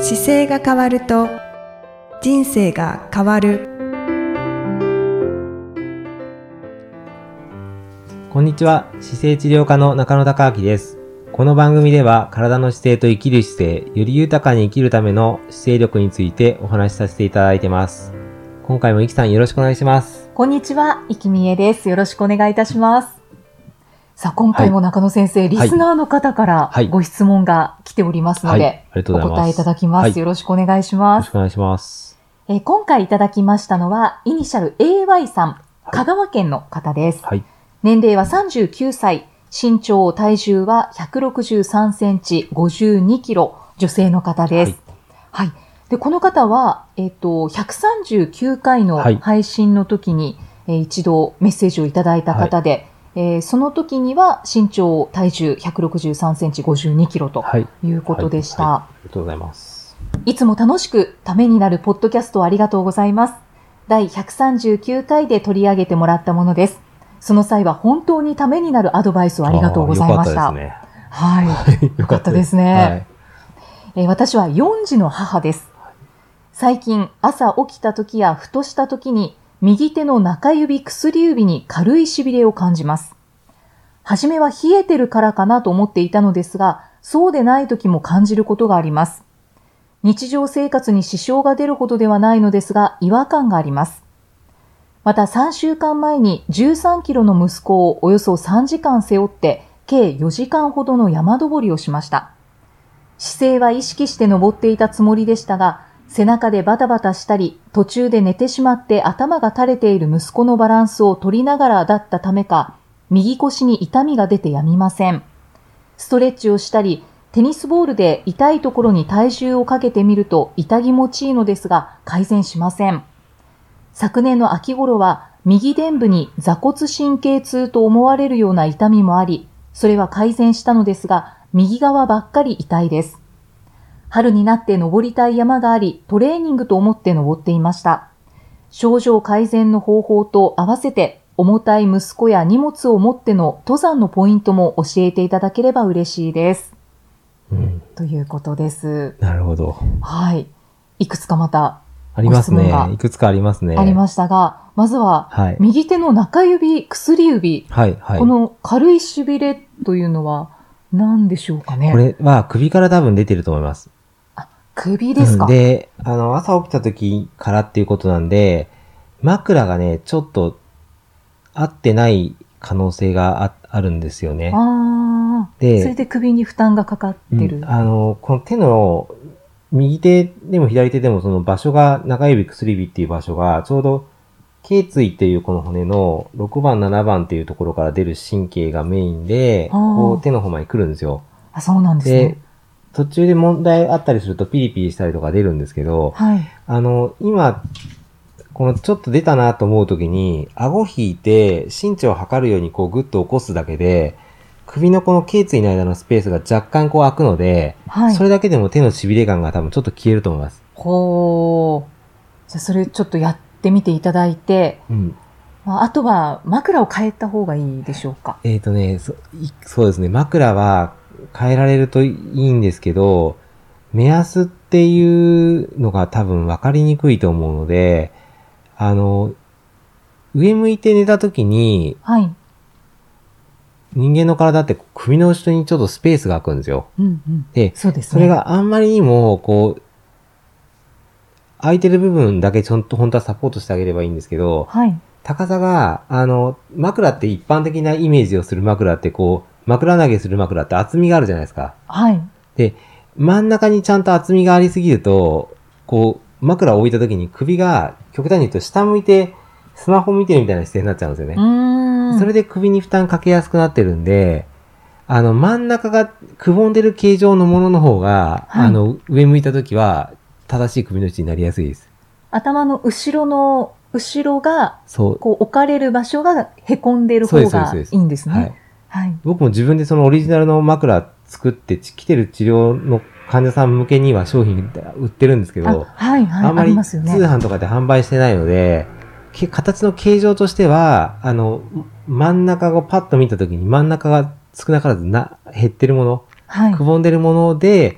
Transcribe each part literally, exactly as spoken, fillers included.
姿勢が変わると人生が変わる。 こんにちは。姿勢治療科の中野孝明です。この番組では体の姿勢と生きる姿勢、より豊かに生きるための姿勢力についてお話しさせていただいてます。今回もいきさんよろしくお願いします。 こんにちは、いきみえです。よろしくお願いいたします。さあ、今回も中野先生、はい、リスナーの方からご質問が来ておりますので、はいはい、ありがとうございます。お答えいただきます、はい。よろしくお願いします。 よろしくお願いします。 えー、今回いただきましたのは、イニシャル エーワイ さん、香川県の方です。はい、年齢はさんじゅうきゅうさい、身長、体重はひゃくろくじゅうさんセンチ、ごじゅうにキロ、女性の方です。はい。はい、でこの方は、えっと、ひゃくさんじゅうきゅうかいの配信の時に、はい、えー、一度メッセージをいただいた方で、はい、えー、その時には身長、体重ひゃくろくじゅうさんセンチ、ごじゅうにキロということでした。はいはいはい、 ありがとうございます。 いつも楽しくためになるポッドキャストをありがとうございます。だいひゃくさんじゅうきゅうかいで取り上げてもらったものです。その際は本当にためになるアドバイスをありがとうございました。よかったですね。はい。よかったですね。はい、えー、私はよん児の母です。最近朝起きた時やふとした時に右手の中指、薬指に軽いしびれを感じます。はじめは冷えてるからかなと思っていたのですが、そうでない時も感じることがあります。日常生活に支障が出るほどではないのですが、違和感があります。またさんしゅうかんまえにじゅうさんキロの息子をおよそさんじかん背負って計よじかんほどの山登りをしました。姿勢は意識して登っていたつもりでしたが、背中でバタバタしたり途中で寝てしまって頭が垂れている息子のバランスを取りながらだったためか、右腰に痛みが出てやみません。ストレッチをしたりテニスボールで痛いところに体重をかけてみると痛気持ちいいのですが改善しません。昨年の秋頃は右臀部に座骨神経痛と思われるような痛みもあり、それは改善したのですが、右側ばっかり痛いです。春になって登りたい山があり、トレーニングと思って登っていました。症状改善の方法と合わせて、重たい息子や荷物を持っての登山のポイントも教えていただければ嬉しいです。うん、ということです。 なるほど。 はい。いくつかまたありますね。いくつかありますね。 ありましたが、まずは、はい、右手の中指、薬指、はいはい、この軽いしびれというのは何でしょうかね。 これは首から多分出てると思います。 あ、首ですか。 うん、で、あの、朝起きた時からっていうことなんで、枕がね、ちょっと合ってない可能性が あ, あるんですよね。 ああ。で、それで首に負担がかかってる。 うん、あの、この手の右手でも左手でもその場所が、中指、薬指っていう場所が、ちょうど、頸椎っていうこの骨のろくばん、ななばんっていうところから出る神経がメインで、こう手の方まで来るんですよ。 あ、そうなんですね。で、 途中で問題あったりするとピリピリしたりとか出るんですけど、はい、あの、今、このちょっと出たなと思うときに、顎引いて身長を測るようにこうグッと起こすだけで、首のこの頸椎の間のスペースが若干こう開くので、はい、それだけでも手のしびれ感が多分ちょっと消えると思います。 ほー。じゃあそれちょっとやってみていただいて、うん、まあ、あとは枕を変えた方がいいでしょうか。 えっとね、そ、そうですね。枕は変えられるといいんですけど、目安っていうのが多分分かりにくいと思うので、あの、上向いて寝た時に、はい、人間の体って首の後ろにちょっとスペースが空くんですよ。うんうん、で、そうですね。それがあんまりにも、こう、空いてる部分だけちょっと本当はサポートしてあげればいいんですけど、はい、高さが、あの、枕って一般的なイメージをする枕ってこう、枕投げする枕って厚みがあるじゃないですか。はい。で、真ん中にちゃんと厚みがありすぎると、こう、枕を置いた時に首が極端に言うと下向いてスマホ見てるみたいな姿勢になっちゃうんですよね。うーん。それで首に負担かけやすくなってるんで、あの、真ん中がくぼんでる形状のものの方が、はい、あの、上向いた時は、正しい首の位置になりやすいです。 頭の後ろの、後ろが、そう。こう置かれる場所が凹んでる方がいいんですね。はい。 はい。僕も自分でそのオリジナルの枕作って、来てる治療の患者さん向けには商品売ってるんですけど、 あ、はいはい。 あんまり通販とかで販売してないので、形の形状としては、あの、真ん中をパッと見たときに真ん中が少なからずな、減ってるもの、はい、くぼんでるもので、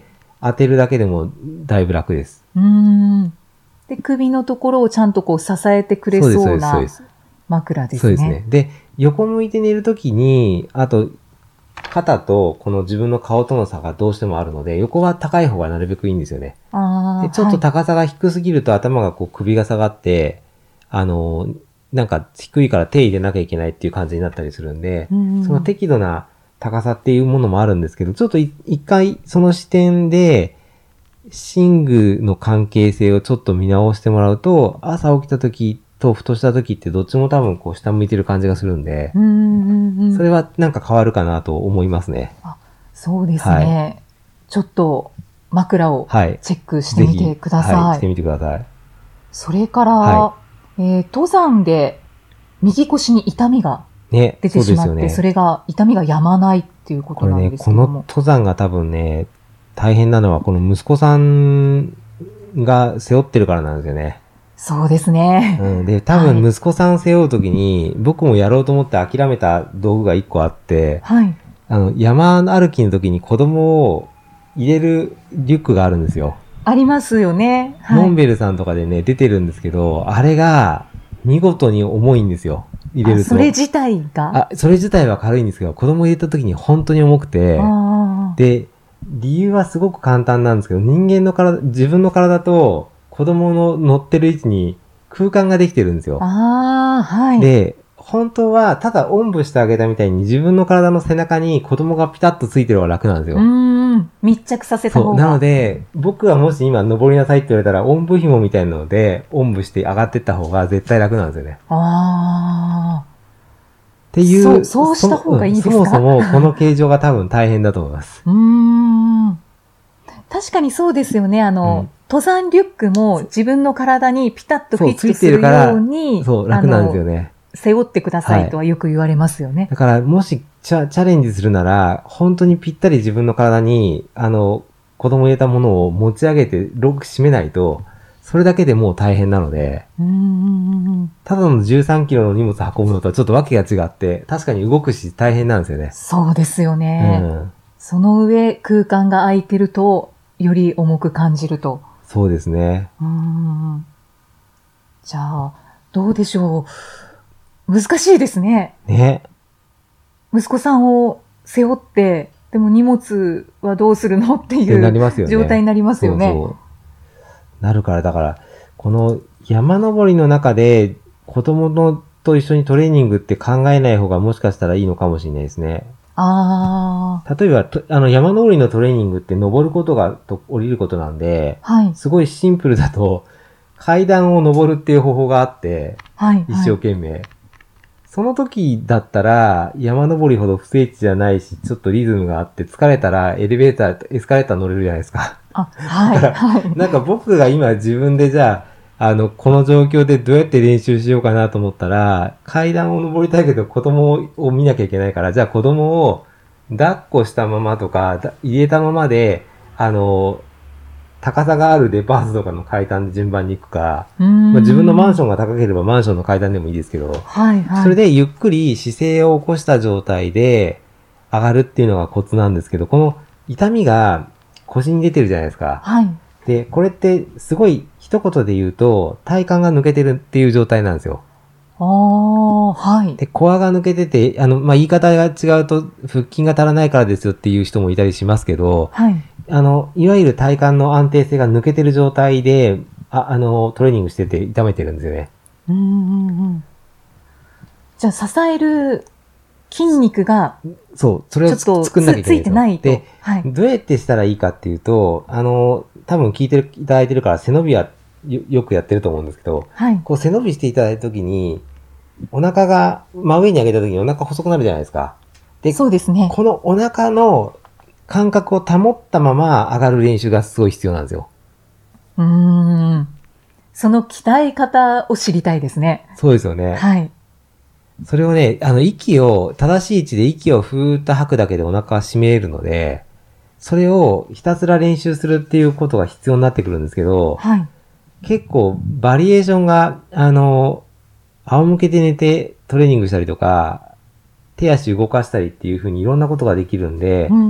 当てるだけでもだいぶ楽です。 うーん。で、首のところをちゃんとこう支えてくれそうな枕ですね。 そうですね。で、横向いて寝るときに、あと、肩とこの自分の顔との差がどうしてもあるので、横は高い方がなるべくいいんですよね。 あでちょっと高さが低すぎると頭がこう首が下がって、あの、なんか低いから手入れなきゃいけないっていう感じになったりするんで、 うん、 その適度な高さっていうものもあるんですけど、ちょっと一回その視点で、寝具の関係性をちょっと見直してもらうと、朝起きた時とふとした時ってどっちも多分こう下向いてる感じがするんで、 うんうんうん、 それはなんか変わるかなと思いますね。 あ、そうですね。はい、ちょっと枕をチェックしてみてください。 はい、はい、してみてください。 それから、はい、えー、登山で右腰に痛みが出てしまって、ね、そ, ね、それが痛みが止まないっていうことなんですけども。 これね、この登山が多分ね、大変なのはこの息子さんが背負ってるからなんですよね。 そうですね。 うん、で、多分息子さん背負うときに、はい、僕もやろうと思って諦めた道具が一個あって、はい、あの山歩きの時に子供を入れるリュックがあるんですよ。 ありますよね。 はい、モンベルさんとかでね、出てるんですけど、あれが見事に重いんですよ。入れると。 それ自体があ、それ自体は軽いんですけど、子供入れた時に本当に重くて、で、理由はすごく簡単なんですけど、人間の体、自分の体と子供の乗ってる位置に空間ができてるんですよ。 ああ、はい。 で、本当はただおんぶしてあげたみたいに自分の体の背中に子供がピタッとついてる方が楽なんですよ。 うーん、密着させた方が。 そう。なので、僕はもし今登りなさいって言われたら、おんぶ紐みたいなので、おんぶして上がってった方が絶対楽なんですよね。 ああ。 っていう。 そう、そうした方がいいですか？ そもそもこの形状が多分大変だと思います。 うーん。確かにそうですよね。あの、うん、登山リュックも自分の体にピタッとフィットするように、 そう、楽なんですよね。 背負ってくださいとはよく言われますよね。はい、 だから、もしチャ、チャレンジするなら、本当にぴったり自分の体に、あの、子供入れたものを持ち上げてロック締めないと、それだけでもう大変なので、 うーん、 ただのじゅうさんキロの荷物運ぶのとはちょっとわけが違って、確かに動くし大変なんですよね。 そうですよね。うん、その上、空間が空いてると、より重く感じると。 そうですね。 うーん。じゃあ、どうでしょう。難しいですね。 ね。 息子さんを背負って、でも荷物はどうするのっていう状態になりますよね。 そうそう。なるから、だから、この山登りの中で子供のと一緒にトレーニングって考えない方がもしかしたらいいのかもしれないですね。 ああ。 例えば、あの山登りのトレーニングって登ることがと降りることなんで、はい、すごいシンプルだと階段を登るっていう方法があって、はいはい、一生懸命。その時だったら山登りほど不整地じゃないし、ちょっとリズムがあって疲れたらエレベーター、エスカレーター乗れるじゃないですか。 あ、はい、はい。 なんか僕が今自分でじゃあ、あの、この状況でどうやって練習しようかなと思ったら、階段を登りたいけど子供を見なきゃいけないから、じゃあ子供を抱っこしたままとか、入れたままで、あの、高さがあるデパートとかの階段で順番に行くか、まあ、自分のマンションが高ければマンションの階段でもいいですけど、 はいはい、 それでゆっくり姿勢を起こした状態で上がるっていうのがコツなんですけど、この痛みが腰に出てるじゃないですか。 はい。 で、これってすごい一言で言うと体幹が抜けてるっていう状態なんですよ。 ああ、はい。 で、コアが抜けてて、あの、まあ、言い方が違うと腹筋が足らないからですよっていう人もいたりしますけど、 はい。 あの、いわゆる体幹の安定性が抜けてる状態で、あ、あの、トレーニングしてて痛めてるんですよね。 うんうんうん。じゃあ支える筋肉が、 そう、それを作んなきゃいけないんですよ。 ついてないと。 で、はい、どうやってしたらいいかっていうと、あの、多分聞いてる、いただいてるから背伸びは よ, よくやってると思うんですけど、 はい、 こう背伸びしていただいたときに、お腹が真上に上げたときにお腹細くなるじゃないですか。で、 そうですね。 このお腹の感覚を保ったまま上がる練習がすごい必要なんですよ。 うーん。その鍛え方を知りたいですね。 そうですよね。 はい。 それをね、あの、息を、正しい位置で息をふーっと吐くだけでお腹が締めれるので、それをひたすら練習するっていうことが必要になってくるんですけど、 はい。 結構バリエーションが、あの、仰向けで寝てトレーニングしたりとか、っ手足動かしたりっていう風にいろんなことができるんで、 うんうん、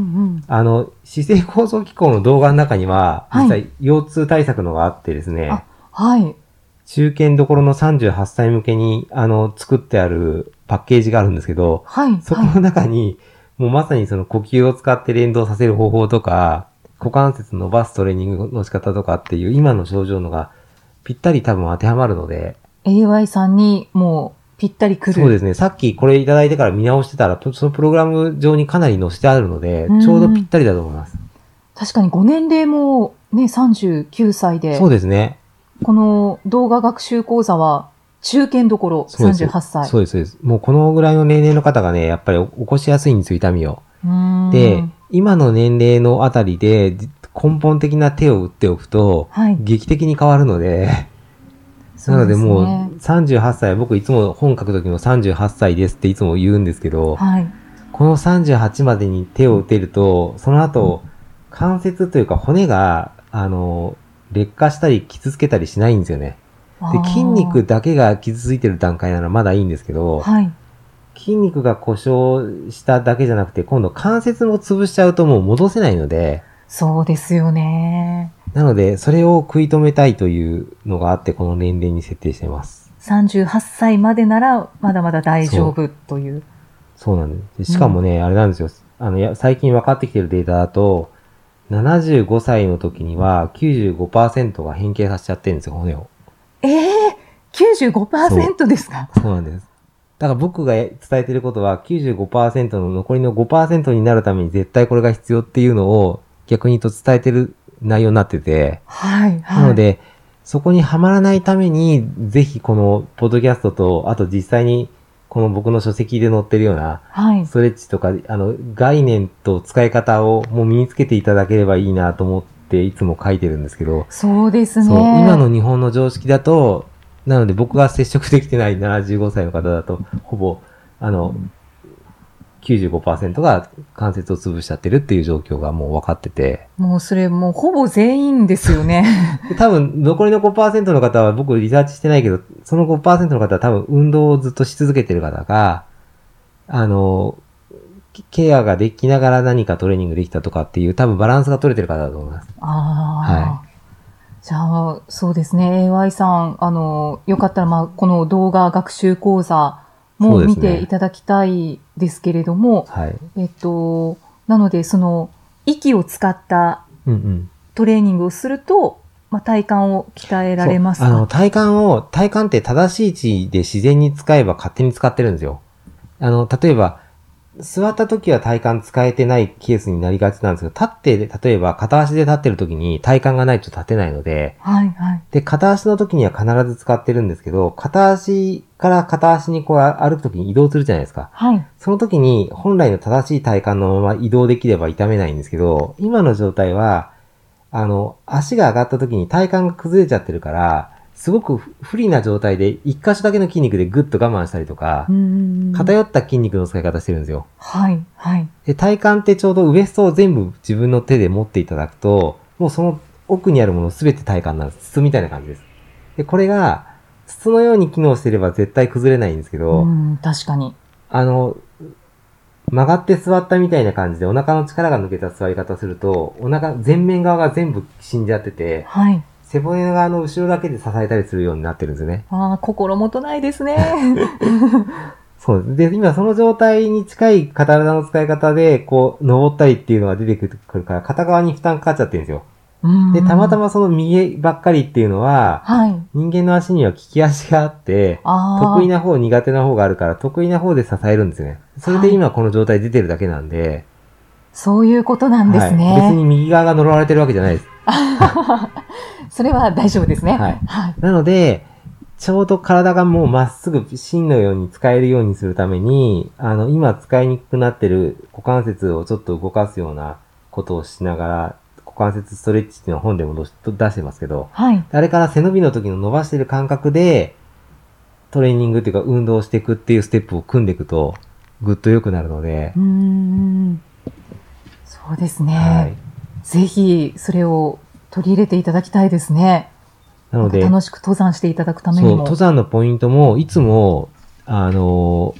あの、姿勢構造機構の動画の中には、実際腰痛対策のがあってですね、 あはい。 中堅どころのさんじゅうはっさい向けに、あの、作ってあるパッケージがあるんですけど、 はい。 そこの中に、もうまさにその呼吸を使って連動させる方法とか、股関節伸ばすトレーニングの仕方とかっていう今の症状のがぴったり多分当てはまるので。 エーワイ さんにもうぴったりくる。 そうですね。さっきこれいただいてから見直してたら、そのプログラム上にかなり載せてあるので、ちょうどぴったりだと思います。 確かにご年齢もね、さんじゅうきゅうさいで。 そうですね。 この動画学習講座は中堅どころさんじゅうはっさい。 そうです、そうです。もうこのぐらいの年齢の方がね、やっぱり起こしやすいんですよ、痛みを。で、今の年齢のあたりで根本的な手を打っておくと、はい、劇的に変わるので、なのでもうさんじゅうはっさい、僕いつも本書くときもさんじゅうはっさいですっていつも言うんですけど、はい、このさんじゅうはちまでに手を打てると、その後、関節というか骨が、あの、劣化したり傷つけたりしないんですよね。で、筋肉だけが傷ついてる段階ならまだいいんですけど、はい、筋肉が故障しただけじゃなくて、今度関節も潰しちゃうともう戻せないので。 そうですよね。 なので、それを食い止めたいというのがあって、この年齢に設定しています。 さんじゅうはっさいまでなら、まだまだ大丈夫という。 そう、そうなんです。しかもね、うん、あれなんですよ。あの、や最近分かってきてるデータだと、ななじゅうごさいの時には きゅうじゅうごパーセント が変形させちゃってるんですよ、骨を。 ええー、きゅうじゅうごパーセント ですか？ そう、そうなんです。だから僕が伝えてることは きゅうじゅうごパーセント の残りの ごパーセント になるために絶対これが必要っていうのを逆に言うと伝えてる内容になってて。 はい、はい。 なので、そこにはまらないために、ぜひこのポッドキャストと、あと実際にこの僕の書籍で載ってるような、ストレッチとか、はい、あの、概念と使い方をもう身につけていただければいいなと思っていつも書いてるんですけど。 そうですね。 そう、今の日本の常識だと、なので僕が接触できてないななじゅうごさいの方だと、ほぼ、あの、きゅうじゅうごパーセント が関節を潰しちゃってるっていう状況がもう分かってて。 もうそれもうほぼ全員ですよね。 多分残りの ごパーセント の方は僕リサーチしてないけど、その ごパーセント の方は多分運動をずっとし続けてる方が、あの、ケアができながら何かトレーニングできたとかっていう多分バランスが取れてる方だと思います。 ああ。はい。じゃあ、そうですね。エーワイ さん、あの、よかったら、まあ、この動画学習講座も見ていただきたいですけれども、 はい。 えっと、なので、その、息を使ったトレーニングをすると、うんうん、まあ、体幹を鍛えられますか？ あの、体幹を、体幹って正しい位置で自然に使えば勝手に使ってるんですよ。あの、例えば、座った時は体幹使えてないケースになりがちなんですけど、立って、例えば片足で立ってる時に体幹がないと立てないので、 はいはい。 で、片足の時には必ず使ってるんですけど、片足から片足にこう歩く時に移動するじゃないですか。 はい。 その時に本来の正しい体幹のまま移動できれば痛めないんですけど、今の状態は、あの、足が上がった時に体幹が崩れちゃってるから、すごく不利な状態で一箇所だけの筋肉でグッと我慢したりとか、偏った筋肉の使い方してるんですよ。 はい、はい。 で、体幹ってちょうどウエストを全部自分の手で持っていただくと、もうその奥にあるものすべて体幹なんです。筒みたいな感じです。で、これが筒のように機能してれば絶対崩れないんですけど、 うん、確かに。 あの、曲がって座ったみたいな感じでお腹の力が抜けた座り方すると、お腹、前面側が全部死んじゃってて、 はい。 背骨側の後ろだけで支えたりするようになってるんですよね。 ああ、心もとないですね。 そうです。で、今その状態に近い体の使い方で、こう、登ったりっていうのが出てくるから、片側に負担かかっちゃってるんですよ。で、たまたまその右ばっかりっていうのは、はい、人間の足には利き足があって、得意な方、苦手な方があるから、得意な方で支えるんですよね。それで今この状態出てるだけなんで。はい、 そういうことなんですね。 はい、別に右側が呪われてるわけじゃないです。 それは大丈夫ですね。 はい。はい、なので、ちょうど体がもうまっすぐ芯のように使えるようにするために、あの、今使いにくくなってる股関節をちょっと動かすようなことをしながら、股関節ストレッチっていうのを本でも出してますけど、 はい。 あれから背伸びの時の伸ばしてる感覚で、トレーニングっていうか運動していくっていうステップを組んでいくと、ぐっと良くなるので。 うーん。そうですね。はい。ぜひ、それを取り入れていただきたいですね。なので、楽しく登山していただくためにも。そう、 登山のポイントも、いつも、あの、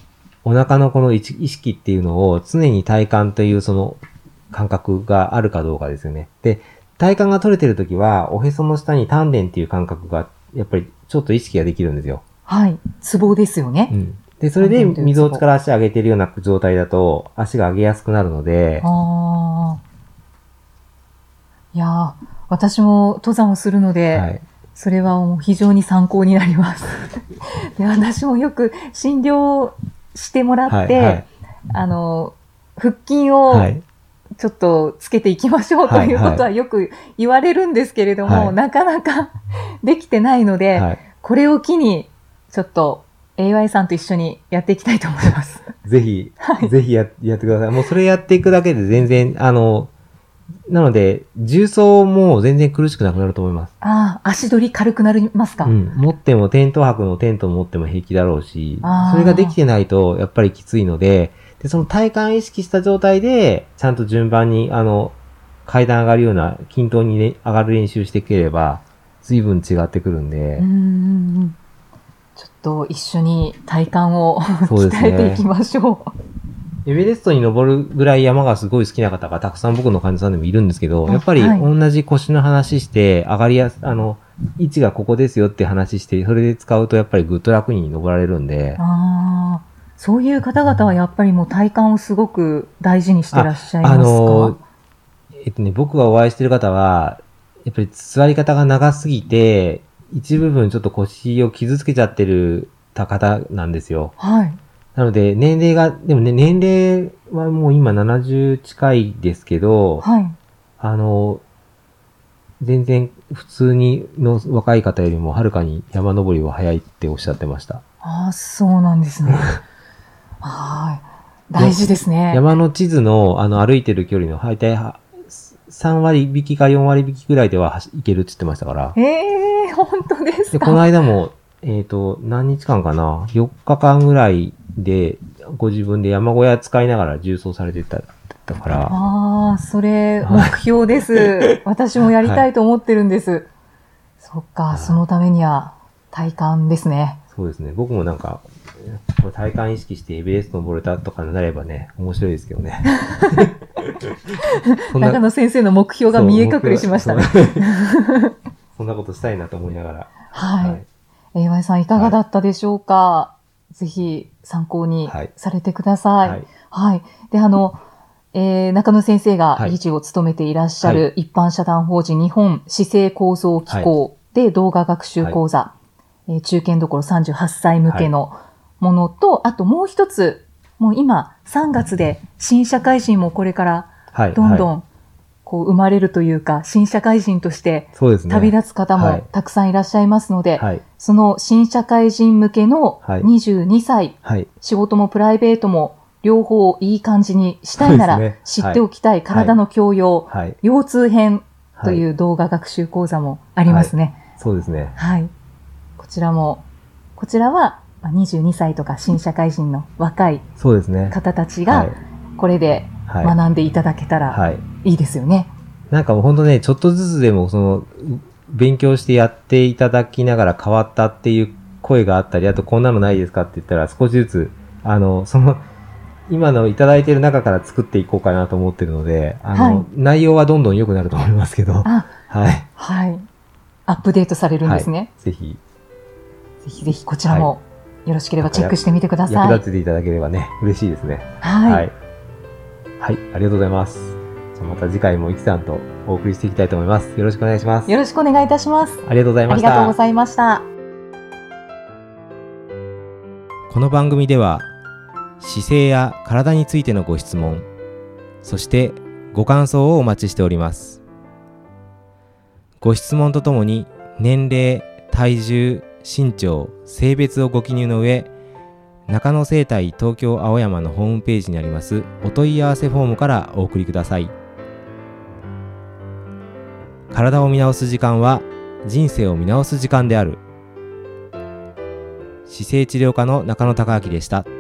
お腹のこの意識っていうのを常に体幹というその感覚があるかどうかですよね。で、体幹が取れてるときは、おへその下に丹田っていう感覚が、やっぱりちょっと意識ができるんですよ。 はい。ツボですよね。 うん。で、それで溝落ちから足上げてるような状態だと、足が上げやすくなるので。 ああ。いやー、私も登山をするので、はい、それはもう非常に参考になります。で、私もよく診療してもらって、はいはい、あの、腹筋を、はいちょっとつけていきましょうということはよく言われるんですけれども、はいはい、なかなかできてないので、はい、これを機にちょっと エーワイ さんと一緒にやっていきたいと思います。 ぜひ、はい、ぜひ や, やってください。もうそれやっていくだけで全然、あの、なので、重曹も全然苦しくなくなると思います。 ああ、足取り軽くなりますか？ うん。持っても、テント泊のテント持っても平気だろうし、それができてないとやっぱりきついので、で、その体幹意識した状態で、ちゃんと順番に、あの、階段上がるような、均等に、ね、上がる練習していければ、随分違ってくるんで。 うん。ちょっと一緒に体幹を鍛えていきましょう。エベレストに登るぐらい山がすごい好きな方がたくさん僕の患者さんでもいるんですけど、やっぱり同じ腰の話して、上がりやす、あの、位置がここですよって話して、それで使うとやっぱりぐっと楽に登られるんで。 ああ。そういう方々はやっぱりもう体幹をすごく大事にしてらっしゃいますか？あ、あのー、 えっとね、僕がお会いしている方は、やっぱり座り方が長すぎて、一部分ちょっと腰を傷つけちゃってる方なんですよ。 はい。 なので、年齢が、でもね、年齢はもう今ななじゅう近いですけど、 はい。 あの、全然普通にの若い方よりもはるかに山登りは早いっておっしゃってました。 ああ、そうなんですね。はい。大事ですね。 山の地図の、あの、歩いてる距離の、大体、さん割引きかよん割引きぐらいでは行けるって言ってましたから。 ええー、本当ですか？ で、この間も、えっと、何日間かな ?よっかかんぐらいで、ご自分で山小屋使いながら重走されてた、だから。 ああ、それ、目標です。私もやりたいと思ってるんです。はい、そっか、そのためには、体幹ですね。 そうですね。僕もなんか、体幹意識してエベレスト登れたとかになればね、面白いですけどね。 中野先生の目標が見え隠れしましたね。 そんなことしたいなと思いながら。 はい。はい、エーワイ さんいかがだったでしょうか？はい、ぜひ参考にされてください。はい。はい、で、あの、えー、中野先生が理事を務めていらっしゃる一般社団法人日本姿勢構造機構で動画学習講座、はいえー、中堅どころさんじゅうはっさい向けのものと、はい、あともう一つ、もう今さんがつで新社会人もこれからどんどんこう生まれるというか、新社会人として旅立つ方もたくさんいらっしゃいますので、はい、その新社会人向けのにじゅうにさい、はい、仕事もプライベートも両方いい感じにしたいなら知っておきたい体の教養、はい、腰痛編という動画学習講座もありますね。 はい、そうですね。 はい。こちらも、こちらはにじゅうにさいとか新社会人の若い方たちがこれで学んでいただけたらいいですよね。はいはい、 なんかもう本当ね、ちょっとずつでもその勉強してやっていただきながら変わったっていう声があったり、あとこんなのないですかって言ったら少しずつ、あの、その、今のいただいている中から作っていこうかなと思ってるので、あの、はい、内容はどんどん良くなると思いますけど、 あはい。 はい。アップデートされるんですね。はい、 ぜひ。 ぜひぜひこちらもよろしければチェックしてみてください。 役立てていただければね、嬉しいですね。 はい。はい。 はい、ありがとうございます。じゃあまた次回もいきさんとお送りしていきたいと思います。よろしくお願いします。 よろしくお願いいたします。 ありがとうございました。 ありがとうございました。 この番組では、姿勢や体についてのご質問、そしてご感想をお待ちしております。ご質問とともに年齢、体重、身長、性別をご記入の上、中野生態東京青山のホームページにありますお問い合わせフォームからお送りください。体を見直す時間は人生を見直す時間である。姿勢治療科の中野孝明でした。